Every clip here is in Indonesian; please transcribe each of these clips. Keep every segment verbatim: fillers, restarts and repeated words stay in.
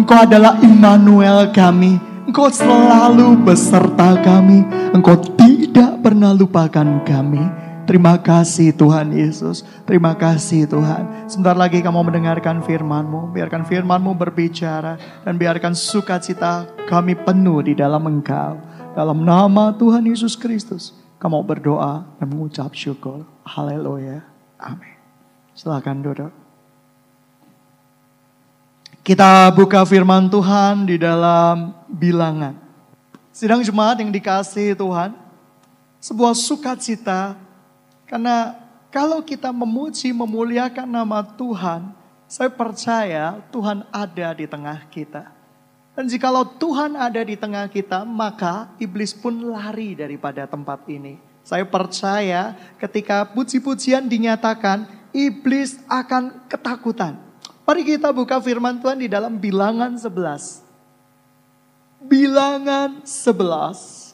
Engkau adalah Immanuel kami. Engkau selalu beserta kami. Engkau tidak pernah lupakan kami. Terima kasih Tuhan Yesus. Terima kasih Tuhan. Sebentar lagi kamu mendengarkan firman-Mu. Biarkan firman-Mu berbicara. Dan biarkan sukacita kami penuh di dalam Engkau. Dalam nama Tuhan Yesus Kristus. Kamu berdoa dan mengucap syukur. Haleluya. Amin. Silakan duduk. Kita buka firman Tuhan di dalam Bilangan. Sidang jemaat yang dikasihi Tuhan. Sebuah sukacita. Karena kalau kita memuji, memuliakan nama Tuhan, saya percaya Tuhan ada di tengah kita. Dan jikalau Tuhan ada di tengah kita, maka iblis pun lari daripada tempat ini. Saya percaya ketika puji-pujian dinyatakan, iblis akan ketakutan. Mari kita buka firman Tuhan di dalam Bilangan sebelas. Bilangan sebelas.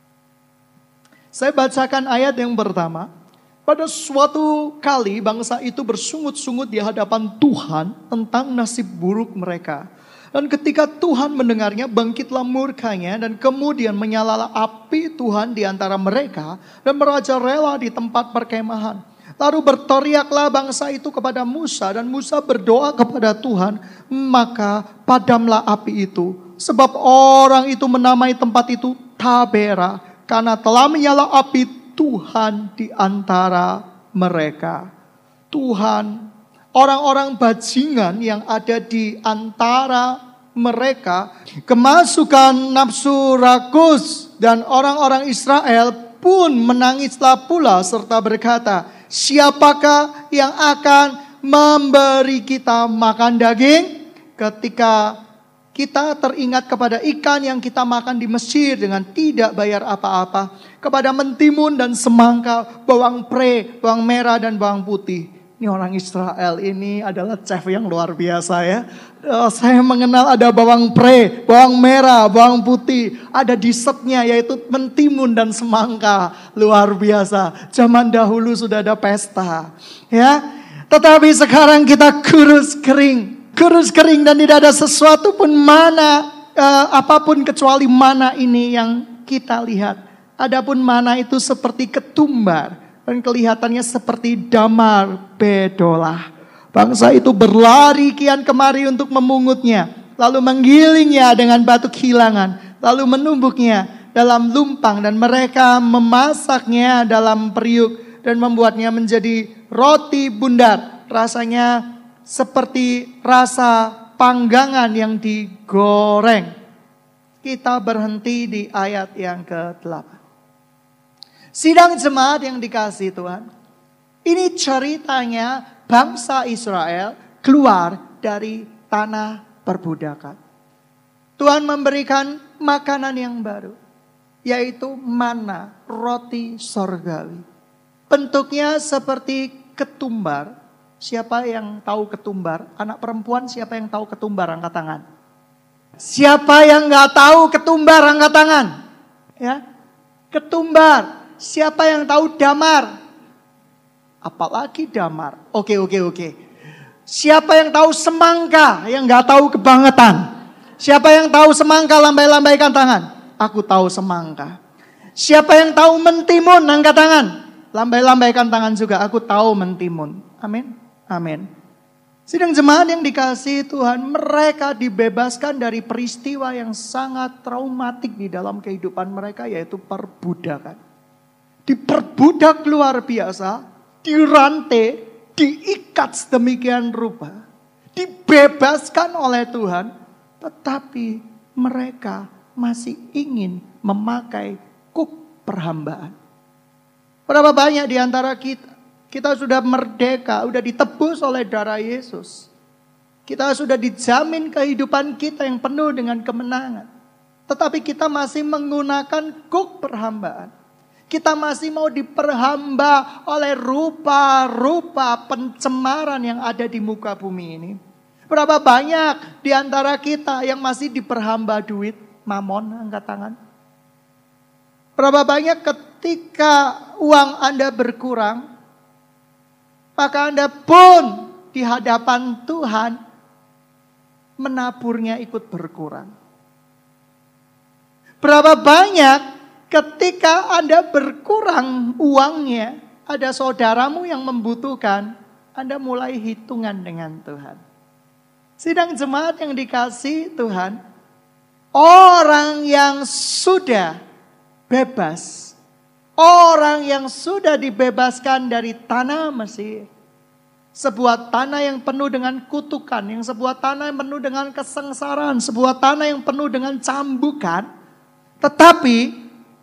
Saya bacakan ayat yang pertama. Pada suatu kali bangsa itu bersungut-sungut di hadapan Tuhan tentang nasib buruk mereka. Dan ketika Tuhan mendengarnya, bangkitlah murkanya dan kemudian menyalalah api Tuhan di antara mereka dan merajalela di tempat perkemahan. Lalu berteriaklah bangsa itu kepada Musa dan Musa berdoa kepada Tuhan, maka padamlah api itu. Sebab orang itu menamai tempat itu Tabera karena telah menyala api Tuhan di antara mereka. Tuhan, orang-orang bajingan yang ada di antara mereka, kemasukan nafsu rakus, dan orang-orang Israel pun menangislah pula serta berkata, siapakah yang akan memberi kita makan daging? Ketika kita teringat kepada ikan yang kita makan di Mesir dengan tidak bayar apa-apa. Kepada mentimun dan semangka, bawang pre, bawang merah dan bawang putih. Ini orang Israel ini adalah chef yang luar biasa ya. Uh, saya mengenal ada bawang pre, bawang merah, bawang putih. Ada dessertnya yaitu mentimun dan semangka. Luar biasa. Zaman dahulu sudah ada pesta. Ya. Tetapi sekarang kita kurus kering. Kurus kering dan tidak ada sesuatu pun mana, uh, apapun kecuali mana ini yang kita lihat. Adapun mana itu seperti ketumbar dan kelihatannya seperti damar bedolah. Bangsa itu berlari kian kemari untuk memungutnya, lalu menggilingnya dengan batu kilangan, lalu menumbuknya dalam lumpang dan mereka memasaknya dalam periuk dan membuatnya menjadi roti bundar. Rasanya seperti rasa panggangan yang digoreng. Kita berhenti di ayat yang kedelapan. Sidang jemaat yang dikasihi Tuhan. Ini ceritanya bangsa Israel keluar dari tanah perbudakan. Tuhan memberikan makanan yang baru. Yaitu mana, roti sorgawi. Bentuknya seperti ketumbar. Siapa yang tahu ketumbar? Anak perempuan siapa yang tahu ketumbar? Angkat tangan. Siapa yang gak tahu ketumbar? Angkat tangan. Ya, ketumbar. Siapa yang tahu damar? Apalagi damar. Oke, oke, oke. Siapa yang tahu semangka? Yang gak tahu kebangetan. Siapa yang tahu semangka? Lambai-lambaikan tangan. Aku tahu semangka. Siapa yang tahu mentimun? Angkat tangan. Lambai-lambaikan tangan juga. Aku tahu mentimun. Amin. Amin. Sidang jemaat yang dikasihi Tuhan, mereka dibebaskan dari peristiwa yang sangat traumatik di dalam kehidupan mereka, yaitu perbudakan. Diperbudak luar biasa, dirantai, diikat sedemikian rupa, dibebaskan oleh Tuhan, tetapi mereka masih ingin memakai kuk perhambaan. Berapa banyak di antara kita? Kita sudah merdeka, sudah ditebus oleh darah Yesus. Kita sudah dijamin kehidupan kita yang penuh dengan kemenangan. Tetapi kita masih menggunakan kuk perhambaan. Kita masih mau diperhamba oleh rupa-rupa pencemaran yang ada di muka bumi ini. Berapa banyak di antara kita yang masih diperhamba duit, mamon, angkat tangan. Berapa banyak ketika uang Anda berkurang, maka Anda pun di hadapan Tuhan menaburnya ikut berkurang. Berapa banyak ketika Anda berkurang uangnya, ada saudaramu yang membutuhkan, Anda mulai hitungan dengan Tuhan. Sidang jemaat yang dikasihi Tuhan, orang yang sudah bebas, orang yang sudah dibebaskan dari tanah Mesir, sebuah tanah yang penuh dengan kutukan, yang sebuah tanah yang penuh dengan kesengsaraan, sebuah tanah yang penuh dengan cambukan, tetapi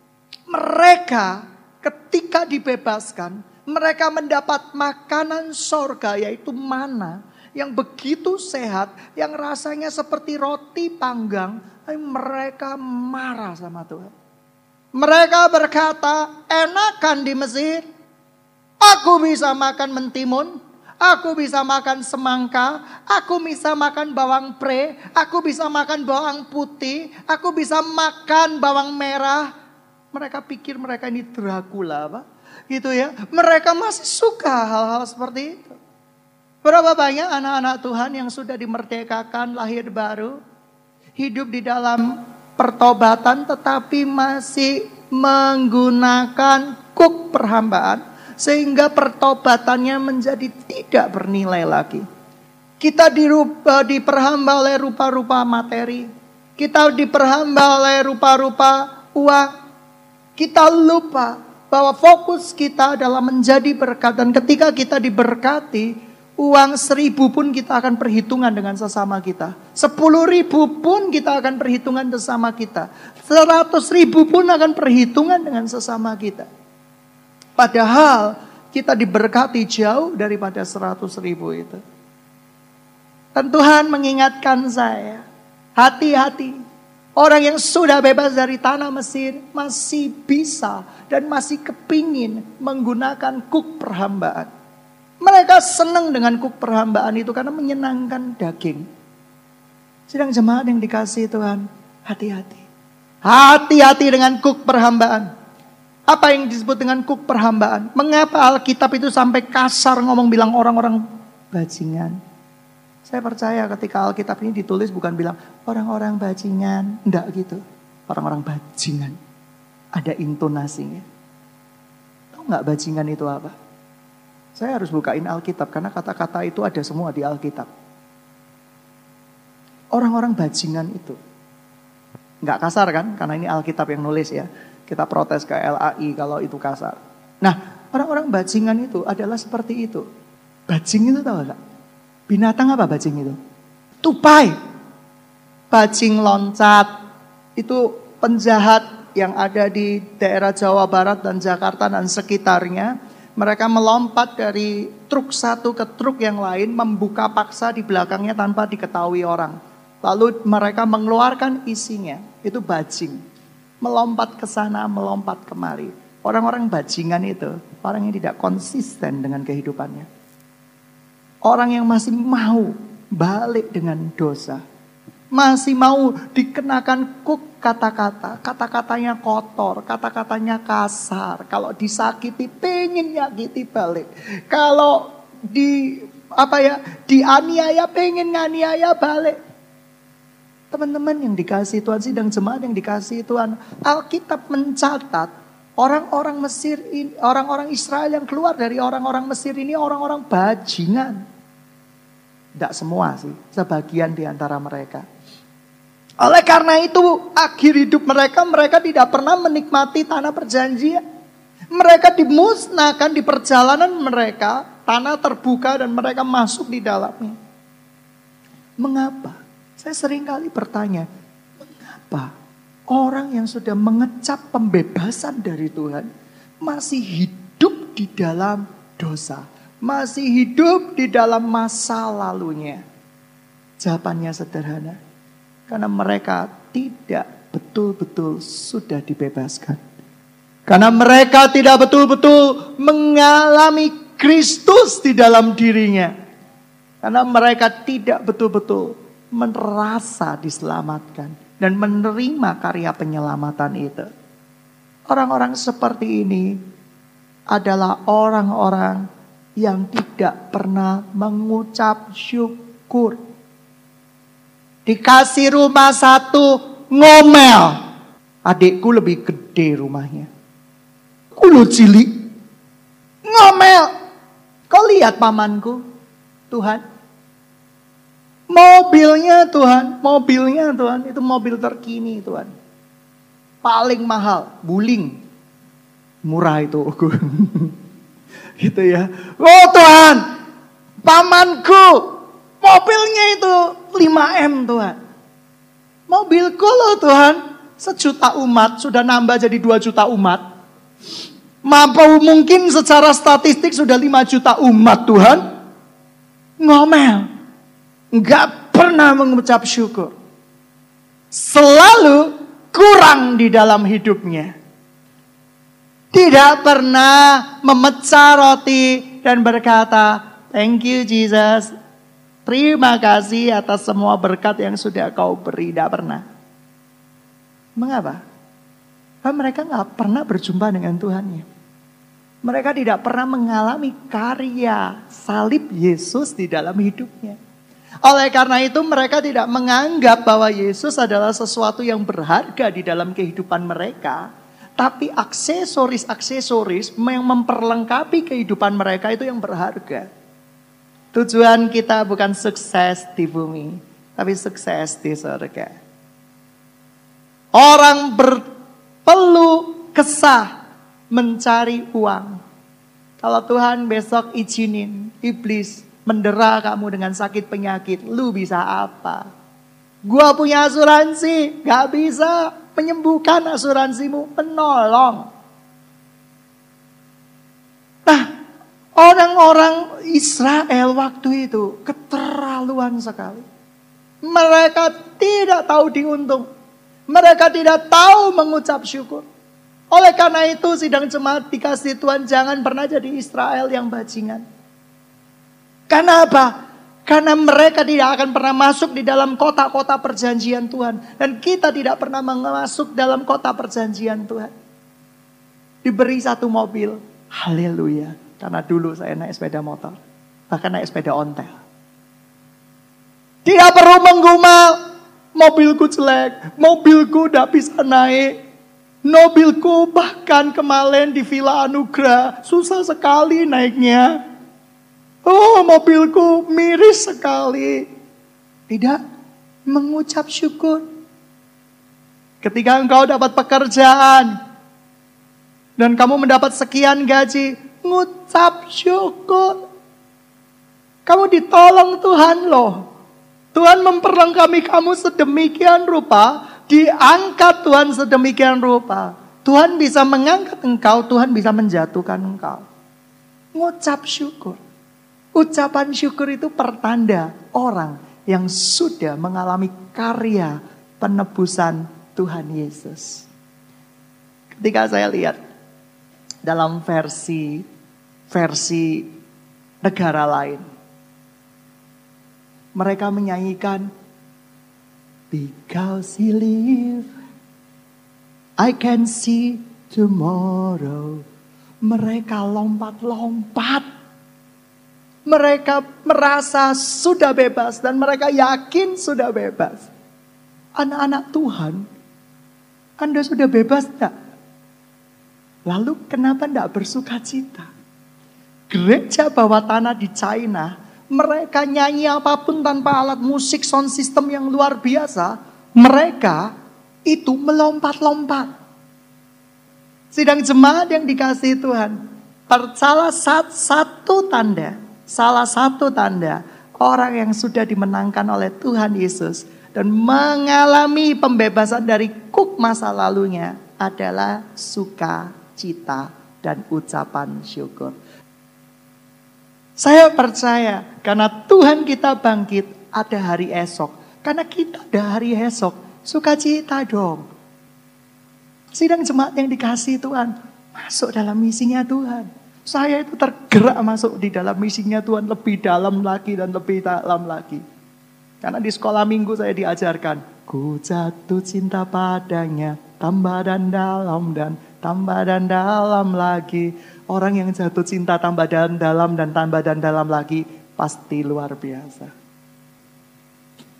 mereka ketika dibebaskan, mereka mendapat makanan sorga, yaitu mana, yang begitu sehat, yang rasanya seperti roti panggang. Tapi mereka marah sama Tuhan. Mereka berkata, enakan di Mesir. Aku bisa makan mentimun. Aku bisa makan semangka. Aku bisa makan bawang pre. Aku bisa makan bawang putih. Aku bisa makan bawang merah. Mereka pikir mereka ini Dracula, apa? Gitu ya. Mereka masih suka hal-hal seperti itu. Berapa banyak anak-anak Tuhan yang sudah dimerdekakan, lahir baru, hidup di dalam pertobatan tetapi masih menggunakan kuk perhambaan sehingga pertobatannya menjadi tidak bernilai lagi. Kita dirupa, diperhamba oleh rupa-rupa materi, kita diperhamba oleh rupa-rupa uang. Kita lupa bahwa fokus kita adalah menjadi berkat, dan ketika kita diberkati, uang seribu pun kita akan perhitungan dengan sesama kita. Sepuluh ribu pun kita akan perhitungan sesama kita. Seratus ribu pun akan perhitungan dengan sesama kita. Padahal kita diberkati jauh daripada seratus ribu itu. Dan Tuhan mengingatkan saya, hati-hati. Orang yang sudah bebas dari tanah Mesir masih bisa dan masih kepingin menggunakan kuk perhambaan. Mereka senang dengan kuk perhambaan itu karena menyenangkan daging. Sedang jemaat yang dikasihi Tuhan, hati-hati. Hati-hati dengan kuk perhambaan. Apa yang disebut dengan kuk perhambaan? Mengapa Alkitab itu sampai kasar ngomong bilang orang-orang bajingan? Saya percaya ketika Alkitab ini ditulis bukan bilang orang-orang bajingan. Enggak gitu. Orang-orang bajingan. Ada intonasinya. Tahu nggak bajingan itu apa? Saya harus bukain Alkitab karena kata-kata itu ada semua di Alkitab. Orang-orang bajingan itu. Nggak kasar kan? Karena ini Alkitab yang nulis ya. Kita protes ke L A I kalau itu kasar. Nah, orang-orang bajingan itu adalah seperti itu. Bajing itu tahu nggak? Binatang apa bajing itu? Tupai. Bajing loncat. Itu penjahat yang ada di daerah Jawa Barat dan Jakarta dan sekitarnya. Mereka melompat dari truk satu ke truk yang lain, membuka paksa di belakangnya tanpa diketahui orang. Lalu mereka mengeluarkan isinya. Itu bajing. Melompat ke sana, melompat kemari. Orang-orang bajingan itu, orang yang tidak konsisten dengan kehidupannya. Orang yang masih mau balik dengan dosa. Masih mau dikenakan kuk kata-kata. Kata-katanya kotor, kata-katanya kasar. Kalau disakiti pengen nyakiti balik. Kalau di apa ya, dianiaya pengen nganiaya balik. Teman-teman yang dikasihi Tuhan, sidang jemaat yang dikasihi Tuhan, Alkitab mencatat orang-orang Mesir ini, orang-orang Israel yang keluar dari orang-orang Mesir ini orang-orang bajingan. Tidak semua sih, sebagian di antara mereka. Oleh karena itu, akhir hidup mereka, mereka tidak pernah menikmati tanah perjanjian. Mereka dimusnahkan di perjalanan mereka, tanah terbuka dan mereka masuk di dalamnya. Mengapa? Saya sering kali bertanya, mengapa orang yang sudah mengecap pembebasan dari Tuhan masih hidup di dalam dosa? Masih hidup di dalam masa lalunya? Jawabannya sederhana. Karena mereka tidak betul-betul sudah dibebaskan. Karena mereka tidak betul-betul mengalami Kristus di dalam dirinya. Karena mereka tidak betul-betul merasa diselamatkan dan menerima karya penyelamatan itu. Orang-orang seperti ini adalah orang-orang yang tidak pernah mengucap syukur. Dikasih rumah satu, ngomel. Adikku lebih gede rumahnya. Kulo cilik. Ngomel. Kau lihat pamanku, Tuhan. Mobilnya Tuhan, mobilnya Tuhan, itu mobil terkini Tuhan. Paling mahal, Wuling. Murah itu. Gitu ya. Oh Tuhan, pamanku, mobilnya itu lima M Tuhan. Mobilku loh Tuhan, sejuta umat, sudah nambah jadi dua juta umat. Mampu mungkin secara statistik sudah lima juta umat Tuhan. Ngomel. Enggak pernah mengucap syukur. Selalu kurang di dalam hidupnya. Tidak pernah memecah roti dan berkata, thank you Jesus. Terima kasih atas semua berkat yang sudah kau beri. Tidak pernah. Mengapa? Karena mereka nggak pernah berjumpa dengan Tuhannya. Mereka tidak pernah mengalami karya salib Yesus di dalam hidupnya. Oleh karena itu mereka tidak menganggap bahwa Yesus adalah sesuatu yang berharga di dalam kehidupan mereka. Tapi aksesoris-aksesoris yang memperlengkapi kehidupan mereka itu yang berharga. Tujuan kita bukan sukses di bumi, tapi sukses di surga. Orang berpeluh kesah mencari uang. Kalau Tuhan besok izinin iblis mendera kamu dengan sakit penyakit, lu bisa apa? Gua punya asuransi, gak bisa menyembuhkan asuransimu, menolong. Nah, orang-orang Israel waktu itu keterlaluan sekali. Mereka tidak tahu diuntung. Mereka tidak tahu mengucap syukur. Oleh karena itu sidang jemaat dikasih Tuhan, jangan pernah jadi Israel yang bajingan. Karena apa? Karena mereka tidak akan pernah masuk di dalam kota-kota perjanjian Tuhan. Dan kita tidak pernah masuk dalam kota perjanjian Tuhan. Diberi satu mobil. Haleluya. Karena dulu saya naik sepeda motor. Bahkan naik sepeda ontel. Tidak perlu menggumam. Mobilku jelek. Mobilku tidak bisa naik. Mobilku bahkan kemarin di Villa Anugerah. Susah sekali naiknya. Oh, mobilku miris sekali. Tidak mengucap syukur. Ketika engkau dapat pekerjaan dan kamu mendapat sekian gaji, ngucap syukur. Kamu ditolong Tuhan loh. Tuhan memperlengkapi kamu sedemikian rupa, diangkat Tuhan sedemikian rupa. Tuhan bisa mengangkat engkau, Tuhan bisa menjatuhkan engkau. Ngucap syukur. Ucapan syukur itu pertanda orang yang sudah mengalami karya penebusan Tuhan Yesus. Ketika saya lihat dalam versi versi negara lain, mereka menyanyikan Because he live, I can see tomorrow. Mereka lompat-lompat. Mereka merasa sudah bebas dan mereka yakin sudah bebas. Anak-anak Tuhan, Anda sudah bebas tak? Lalu kenapa tidak bersuka cita? Gereja bawah tanah di China, mereka nyanyi apapun tanpa alat musik sound system yang luar biasa. Mereka itu melompat-lompat. Sidang jemaat yang dikasihi Tuhan, salah satu tanda. Salah satu tanda orang yang sudah dimenangkan oleh Tuhan Yesus dan mengalami pembebasan dari kuk masa lalunya adalah sukacita dan ucapan syukur. Saya percaya karena Tuhan kita bangkit ada hari esok. Karena kita ada hari esok, sukacita dong. Sidang jemaat yang dikasihi Tuhan, masuk dalam misinya Tuhan. Saya itu tergerak masuk di dalam misinya Tuhan lebih dalam lagi dan lebih dalam lagi. Karena di sekolah minggu saya diajarkan, ku jatuh cinta padanya, tambah dan dalam dan tambah dan dalam lagi. Orang yang jatuh cinta tambah dan dalam dan tambah dan dalam lagi, pasti luar biasa.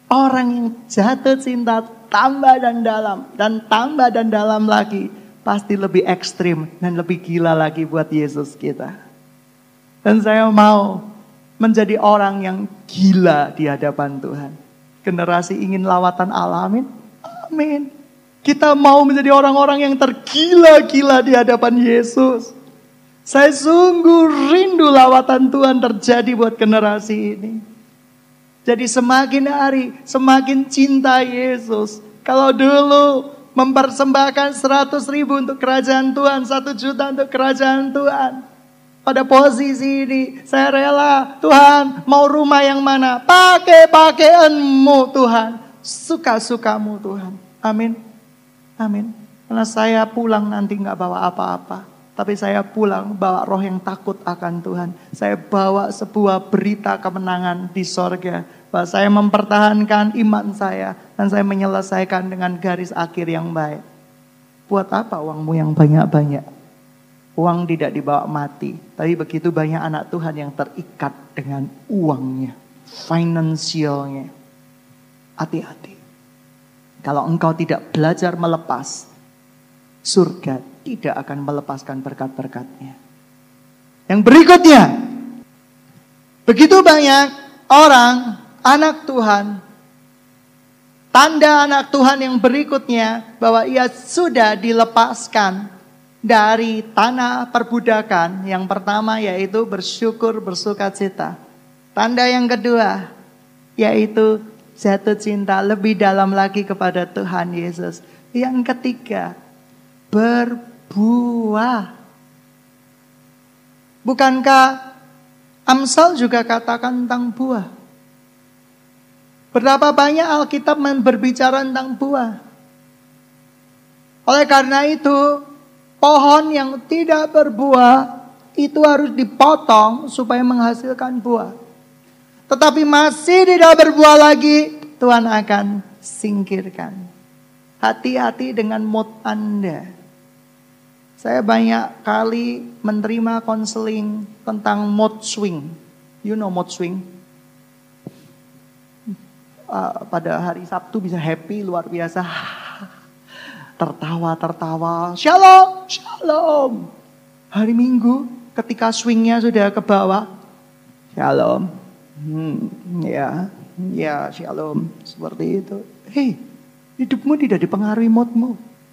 Orang yang jatuh cinta tambah dan dalam. Dan tambah dan dalam lagi. Pasti lebih ekstrim dan lebih gila lagi buat Yesus kita. Dan saya mau menjadi orang yang gila di hadapan Tuhan. Generasi ingin lawatan alamin. Amin. Kita mau menjadi orang-orang yang tergila-gila di hadapan Yesus. Saya sungguh rindu lawatan Tuhan terjadi buat generasi ini. Jadi semakin hari, semakin cinta Yesus. Kalau dulu mempersembahkan seratus ribu untuk kerajaan Tuhan, satu juta untuk kerajaan Tuhan. Pada posisi ini, saya rela, Tuhan mau rumah yang mana? Pakai pakaianmu Tuhan. Suka-sukamu Tuhan. Amin. Amin. Karena saya pulang nanti gak bawa apa-apa. Tapi saya pulang bawa roh yang takut akan Tuhan. Saya bawa sebuah berita kemenangan di sorga. Bahwa saya mempertahankan iman saya. Dan saya menyelesaikan dengan garis akhir yang baik. Buat apa uangmu yang banyak-banyak? Uang tidak dibawa mati. Tapi begitu banyak anak Tuhan yang terikat dengan uangnya. Finansialnya. Hati-hati. Kalau engkau tidak belajar melepas, surga tidak akan melepaskan berkat-berkatnya. Yang berikutnya, begitu banyak orang, anak Tuhan, tanda anak Tuhan yang berikutnya, bahwa ia sudah dilepaskan dari tanah perbudakan. Yang pertama yaitu bersyukur, bersukacita. Tanda yang kedua, yaitu jatuh cinta lebih dalam lagi kepada Tuhan Yesus. Yang ketiga, berbuah. Bukankah Amsal juga katakan tentang buah? Berapa banyak Alkitab berbicara tentang buah? Oleh karena itu, pohon yang tidak berbuah itu harus dipotong supaya menghasilkan buah. Tetapi masih tidak berbuah lagi, Tuhan akan singkirkan. Hati-hati dengan mood Anda. Saya banyak kali menerima konseling tentang mood swing. You know mood swing? Uh, pada hari Sabtu bisa happy luar biasa. Tertawa-tertawa. Shalom, shalom. Hari Minggu ketika swingnya sudah ke bawah. Shalom. Hmm, ya, ya shalom. Seperti itu. Hei, hidupmu tidak dipengaruhi moodmu.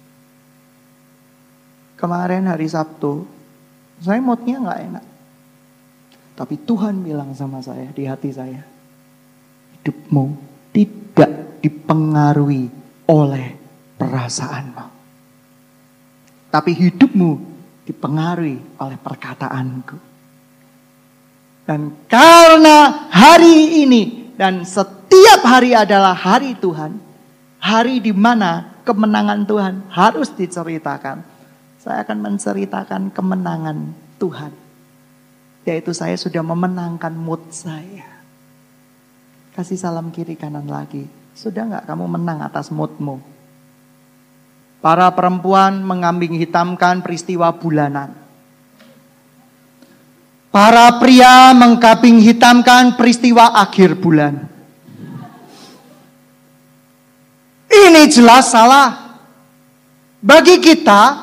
Kemarin hari Sabtu, saya moodnya gak enak. Tapi Tuhan bilang sama saya di hati saya, hidupmu tidak dipengaruhi oleh perasaanmu. Tapi hidupmu dipengaruhi oleh perkataanku. Dan karena hari ini dan setiap hari adalah hari Tuhan, hari di mana kemenangan Tuhan harus diceritakan. Saya akan menceritakan kemenangan Tuhan. Yaitu saya sudah memenangkan mood saya. Kasih salam kiri kanan lagi. Sudah gak kamu menang atas moodmu? Para perempuan mengambing hitamkan peristiwa bulanan. Para pria mengkambing hitamkan peristiwa akhir bulan. Ini jelas salah. Bagi kita,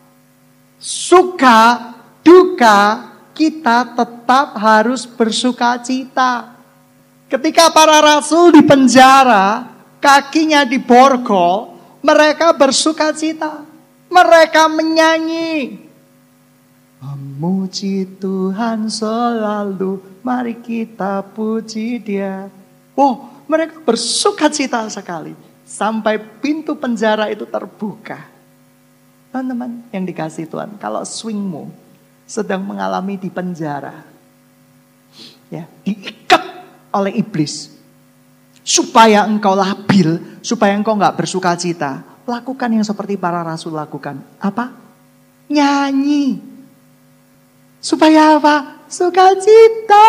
suka, duka, kita tetap harus bersuka cita. Ketika para rasul di penjara, kakinya diborgol, mereka bersuka cita. Mereka menyanyi. Memuji Tuhan selalu, mari kita puji Dia. Oh, mereka bersuka cita sekali. Sampai pintu penjara itu terbuka. Teman-teman yang dikasih Tuhan, kalau swingmu sedang mengalami di penjara, ya, diikat oleh iblis, supaya engkau labil, supaya engkau nggak bersuka cita, lakukan yang seperti para rasul lakukan. Apa? Nyanyi. Supaya apa? Sukacita.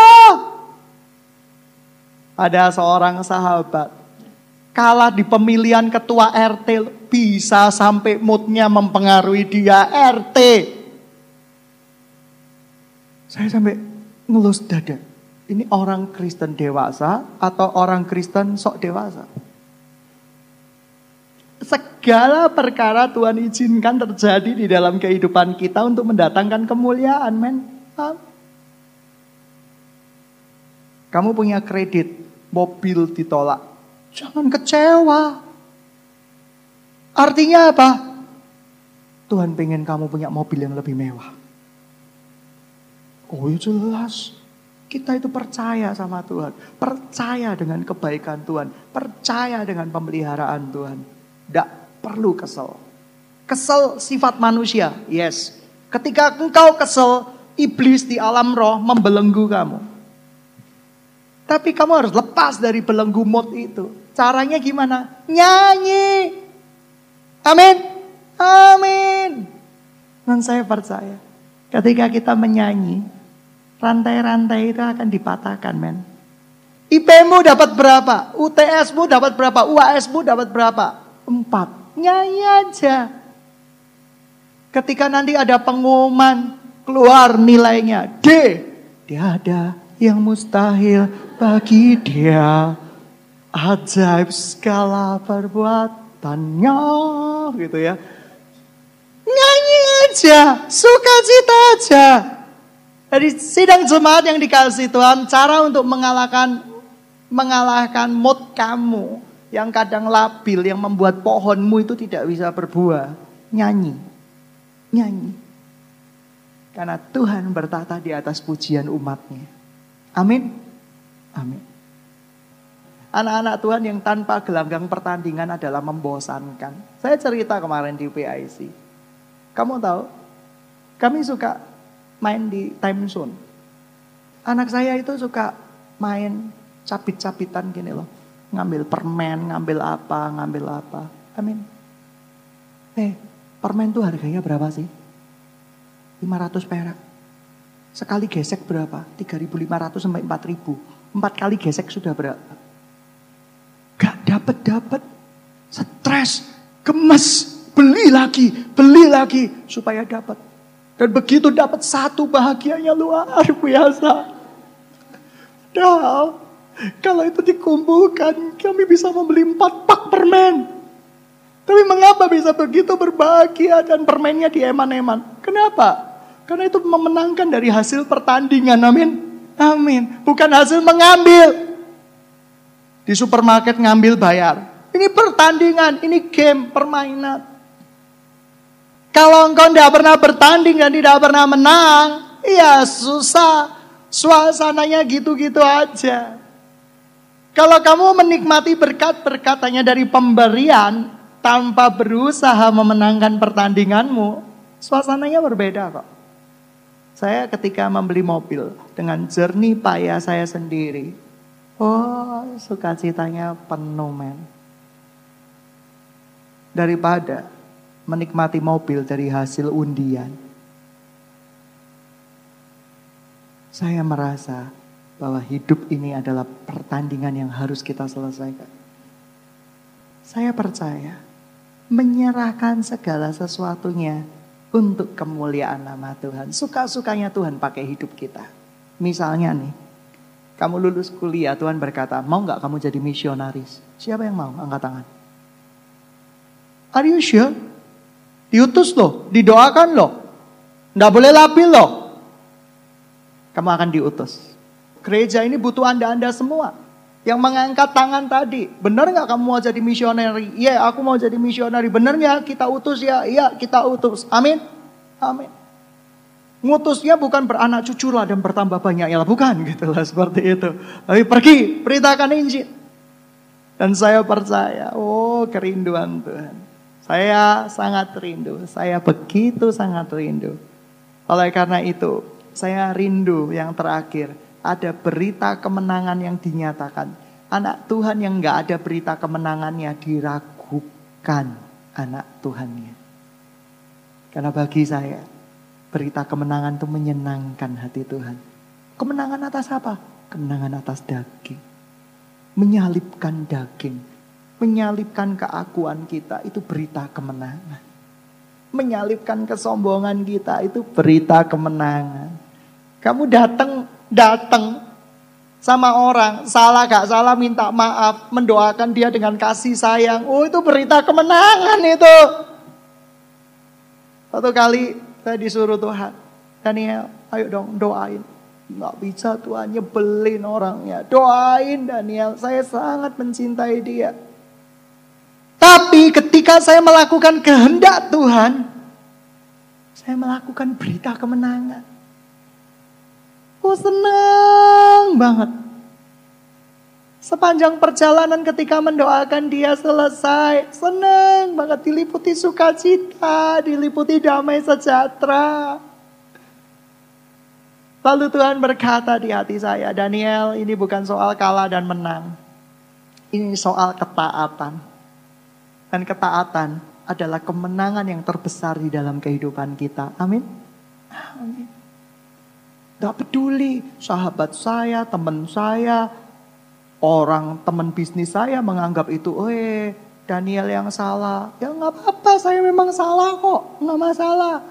Ada seorang sahabat, kalah di pemilihan ketua R T, bisa sampai moodnya mempengaruhi dia R T. Saya sampai ngelus dada. Ini orang Kristen dewasa atau orang Kristen sok dewasa? Segala perkara Tuhan izinkan terjadi di dalam kehidupan kita untuk mendatangkan kemuliaan, men. Kamu punya kredit, mobil ditolak. Jangan kecewa. Artinya apa? Tuhan pengen kamu punya mobil yang lebih mewah. Oh ya jelas. Kita itu percaya sama Tuhan. Percaya dengan kebaikan Tuhan. Percaya dengan pemeliharaan Tuhan. Tidak perlu kesel. Kesel sifat manusia. Yes. Ketika engkau kesel, iblis di alam roh membelenggu kamu. Tapi kamu harus lepas dari belenggu mood itu. Caranya gimana? Nyanyi. Amin. Amin. Dan saya percaya. Ketika kita menyanyi, rantai-rantai itu akan dipatahkan, men. I P-mu dapat berapa? U T S-mu dapat berapa? U A S-mu dapat berapa? Empat. Nyanyi aja. Ketika nanti ada pengumuman, keluar nilainya D. Tiada yang mustahil bagi dia. Ajaib segala perbuatannya. Gitu ya. Nyanyi aja. Sukacita aja. Dari sidang jemaat yang dikasih Tuhan, cara untuk mengalahkan mengalahkan mood kamu yang kadang labil, yang membuat pohonmu itu tidak bisa berbuah. Nyanyi. Nyanyi. Karena Tuhan bertata di atas pujian umatnya. Amin. Amin. Anak-anak Tuhan yang tanpa gelanggang pertandingan adalah membosankan. Saya cerita kemarin di P I C. Kamu tahu, kami suka main di time zone. Anak saya itu suka main cabit-cabitan gini loh. Ngambil permen, ngambil apa, ngambil apa. Amin. Eh, permen tuh harganya berapa sih? lima ratus perak. Sekali gesek berapa? tiga ribu lima ratus sampai empat ribu. Empat kali gesek sudah berapa? Gak dapet-dapet. Stres, gemes, beli lagi, beli lagi supaya dapat. Dan begitu dapat satu bahagianya luar biasa. Nah, kalau itu dikumpulkan, kami bisa membeli empat pak permen. Tapi mengapa bisa begitu berbahagia dan permennya dieman-eman? Kenapa? Karena itu memenangkan dari hasil pertandingan, amin. Amin. Bukan hasil mengambil. Di supermarket ngambil bayar. Ini pertandingan, ini game, permainan. Kalau engkau tidak pernah bertanding dan tidak pernah menang, ya susah. Suasananya gitu-gitu aja. Kalau kamu menikmati berkat-berkat hanya dari pemberian, tanpa berusaha memenangkan pertandinganmu, suasananya berbeda kok. Saya ketika membeli mobil dengan jernih payah saya sendiri, oh sukacitanya penuh, men. Daripada menikmati mobil dari hasil undian. Saya merasa bahwa hidup ini adalah pertandingan yang harus kita selesaikan. Saya percaya menyerahkan segala sesuatunya untuk kemuliaan nama Tuhan. Suka-sukanya Tuhan pakai hidup kita. Misalnya nih, kamu lulus kuliah, Tuhan berkata, mau gak kamu jadi misionaris? Siapa yang mau? Angkat tangan. Are you sure? Diutus loh, didoakan loh. Nggak boleh labil loh. Kamu akan diutus. Gereja ini butuh anda-anda semua. Yang mengangkat tangan tadi. Benar nggak kamu mau jadi misioneri? Iya, aku mau jadi misioneri. Benar nggak kita utus ya? Iya, kita utus. Amin. Amin. Ngutusnya bukan beranak cucu lah dan bertambah banyak. Ya bukan gitu lah seperti itu. Tapi pergi, beritakan Injil. Dan saya percaya, oh kerinduan Tuhan. Saya sangat rindu, saya begitu sangat rindu. Oleh karena itu, saya rindu yang terakhir, ada berita kemenangan yang dinyatakan. Anak Tuhan yang gak ada berita kemenangannya diragukan anak Tuhannya. Karena bagi saya, berita kemenangan itu menyenangkan hati Tuhan. Kemenangan atas apa? Kemenangan atas daging. Menyalibkan daging. Menyalibkan keakuan kita itu berita kemenangan. Menyalibkan kesombongan kita itu berita kemenangan. Kamu datang, datang sama orang, salah gak salah minta maaf, mendoakan dia dengan kasih sayang. Oh, itu berita kemenangan itu. Satu kali saya disuruh Tuhan, Daniel, ayo dong doain. Gak bisa Tuhan, nyebelin orangnya. Doain Daniel, saya sangat mencintai dia. Tapi ketika saya melakukan kehendak Tuhan, saya melakukan berita kemenangan. Oh, senang banget. Sepanjang perjalanan ketika mendoakan dia selesai, senang banget, diliputi sukacita, diliputi damai sejahtera. Lalu Tuhan berkata di hati saya, Daniel, ini bukan soal kalah dan menang. Ini soal ketaatan. Dan ketaatan adalah kemenangan yang terbesar di dalam kehidupan kita. Amin. Amin. Gak peduli sahabat saya, teman saya, orang teman bisnis saya menganggap itu, eh Daniel yang salah. Ya gak apa-apa, saya memang salah kok, gak masalah.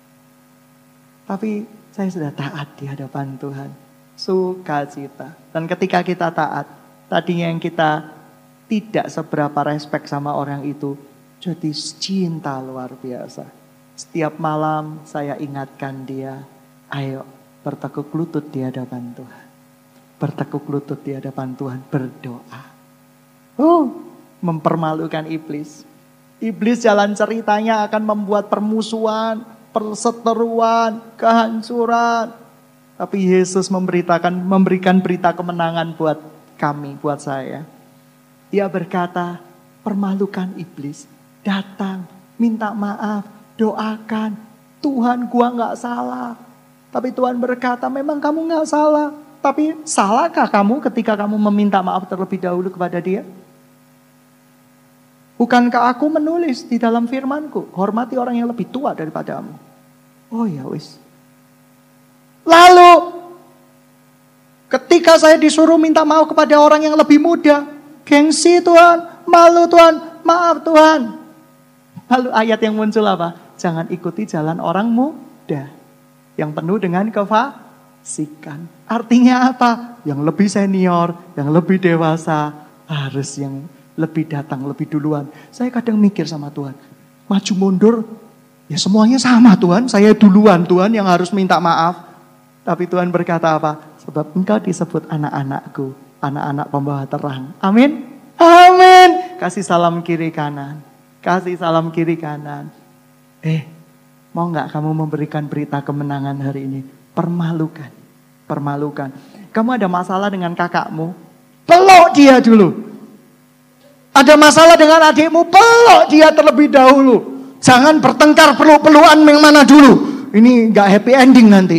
Tapi saya sudah taat di hadapan Tuhan. Sukacita. Dan ketika kita taat, tadinya yang kita tidak seberapa respect sama orang itu, jadi cinta luar biasa. Setiap malam saya ingatkan dia, ayo bertekuk lutut di hadapan Tuhan. Bertekuk lutut di hadapan Tuhan, berdoa. Oh, mempermalukan iblis. Iblis jalan ceritanya akan membuat permusuhan, perseteruan, kehancuran. Tapi Yesus memberitakan, memberikan berita kemenangan buat kami, buat saya. Dia berkata, permalukan iblis. Datang, minta maaf, doakan. Tuhan, gua gak salah. Tapi Tuhan berkata, memang kamu gak salah. Tapi salahkah kamu ketika kamu meminta maaf terlebih dahulu kepada dia? Bukankah aku menulis di dalam firmanku, hormati orang yang lebih tua daripadamu. Oh ya wis. Lalu, ketika saya disuruh minta maaf kepada orang yang lebih muda, gengsi Tuhan, malu Tuhan, maaf Tuhan. Lalu ayat yang muncul apa? Jangan ikuti jalan orang muda yang penuh dengan kefasikan. Artinya apa? Yang lebih senior, yang lebih dewasa, harus yang lebih datang, lebih duluan. Saya kadang mikir sama Tuhan, maju mundur, ya semuanya sama Tuhan. Saya duluan Tuhan yang harus minta maaf. Tapi Tuhan berkata apa? Sebab engkau disebut anak-anakku, anak-anak pembawa terang. Amin. Amin. Kasih salam kiri kanan. Kasih salam kiri kanan. Eh, mau gak kamu memberikan berita kemenangan hari ini? Permalukan. Permalukan. Kamu ada masalah dengan kakakmu? Peluk dia dulu. Ada masalah dengan adikmu? Peluk dia terlebih dahulu. Jangan bertengkar peluk-pelukan yang mana dulu. Ini gak happy ending nanti.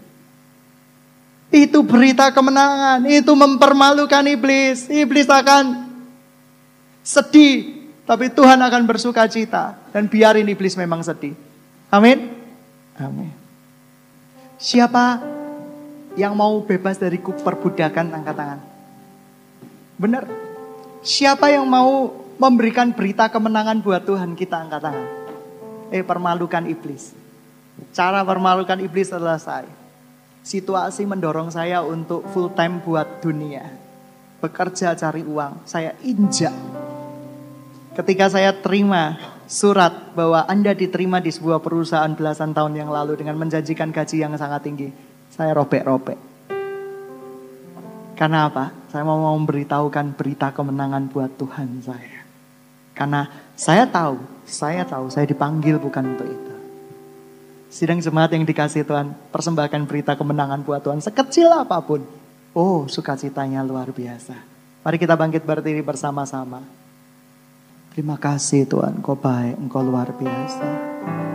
Itu berita kemenangan. Itu mempermalukan iblis. Iblis akan sedih. Tapi Tuhan akan bersuka cita. Dan biarin iblis memang sedih. Amin. Amin. Siapa yang mau bebas dari perbudakan, angkat tangan. Benar. Siapa yang mau memberikan berita kemenangan buat Tuhan, kita angkat tangan. Eh, permalukan iblis. Cara permalukan iblis selesai. Situasi mendorong saya untuk full time buat dunia. Bekerja cari uang. Saya injak. Ketika saya terima surat bahwa Anda diterima di sebuah perusahaan belasan tahun yang lalu dengan menjanjikan gaji yang sangat tinggi, saya robek-robek. Karena apa? Saya mau memberitahukan berita kemenangan buat Tuhan saya. Karena saya tahu, saya tahu saya dipanggil bukan untuk itu. Sidang jemaat yang dikasih Tuhan, persembahkan berita kemenangan buat Tuhan sekecil apapun. Oh, sukacitanya luar biasa. Mari kita bangkit berdiri bersama-sama. Terima kasih Tuhan, Engkau baik, Engkau luar biasa.